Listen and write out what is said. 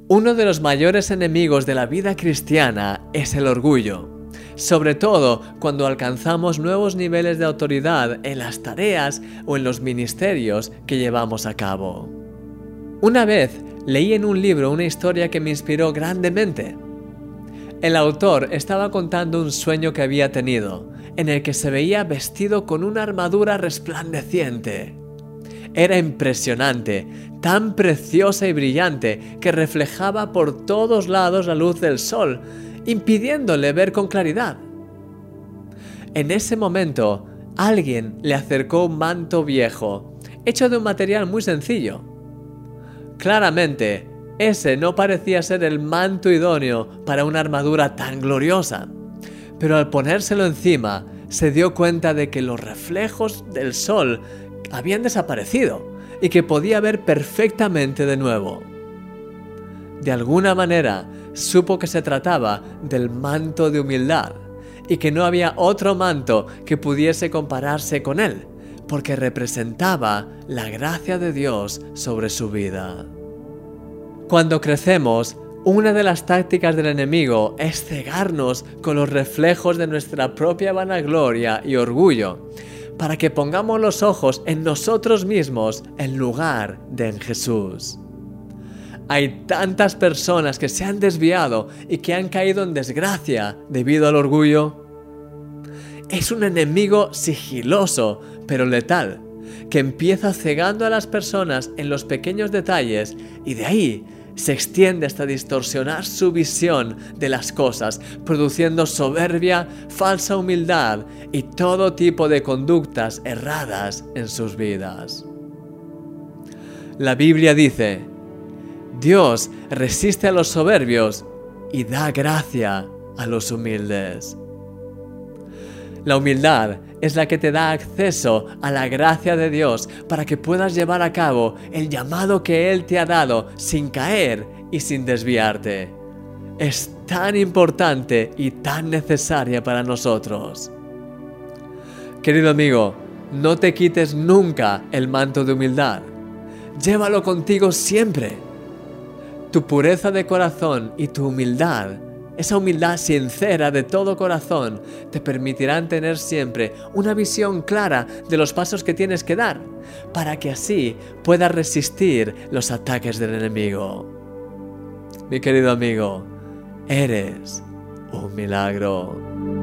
Uno de los mayores enemigos de la vida cristiana es el orgullo, sobre todo cuando alcanzamos nuevos niveles de autoridad en las tareas o en los ministerios que llevamos a cabo. Una vez leí en un libro una historia que me inspiró grandemente. El autor estaba contando un sueño que había tenido, en el que se veía vestido con una armadura resplandeciente. Era impresionante, tan preciosa y brillante que reflejaba por todos lados la luz del sol, impidiéndole ver con claridad. En ese momento, alguien le acercó un manto viejo, hecho de un material muy sencillo. Claramente, ese no parecía ser el manto idóneo para una armadura tan gloriosa, pero al ponérselo encima, se dio cuenta de que los reflejos del sol habían desaparecido y que podía ver perfectamente de nuevo. De alguna manera, supo que se trataba del manto de humildad y que no había otro manto que pudiese compararse con él, porque representaba la gracia de Dios sobre su vida. Cuando crecemos, una de las tácticas del enemigo es cegarnos con los reflejos de nuestra propia vanagloria y orgullo, para que pongamos los ojos en nosotros mismos en lugar de en Jesús. Hay tantas personas que se han desviado y que han caído en desgracia debido al orgullo. Es un enemigo sigiloso, pero letal, que empieza cegando a las personas en los pequeños detalles y de ahí se extiende hasta distorsionar su visión de las cosas, produciendo soberbia, falsa humildad y todo tipo de conductas erradas en sus vidas. La Biblia dice: Dios resiste a los soberbios y da gracia a los humildes. La humildad es la que te da acceso a la gracia de Dios para que puedas llevar a cabo el llamado que Él te ha dado sin caer y sin desviarte. Es tan importante y tan necesaria para nosotros. Querido amigo, no te quites nunca el manto de humildad. Llévalo contigo siempre. Tu pureza de corazón y tu humildad, esa humildad sincera de todo corazón, te permitirán tener siempre una visión clara de los pasos que tienes que dar, para que así puedas resistir los ataques del enemigo. Mi querido amigo, eres un milagro.